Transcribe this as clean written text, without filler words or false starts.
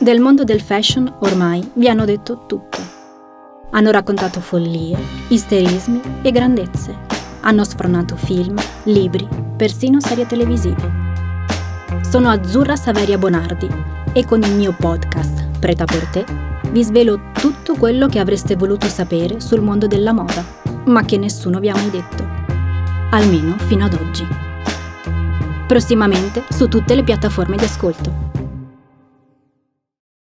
Del mondo del fashion ormai vi hanno detto tutto. Hanno raccontato follie, isterismi e grandezze. Hanno sfronato film, libri, persino serie televisive. Sono Azzurra Saveria Bonardi e con il mio podcast Prêt-à-porter vi svelo tutto quello che avreste voluto sapere sul mondo della moda, ma che nessuno vi ha mai detto. Almeno fino ad oggi. Prossimamente su tutte le piattaforme di ascolto.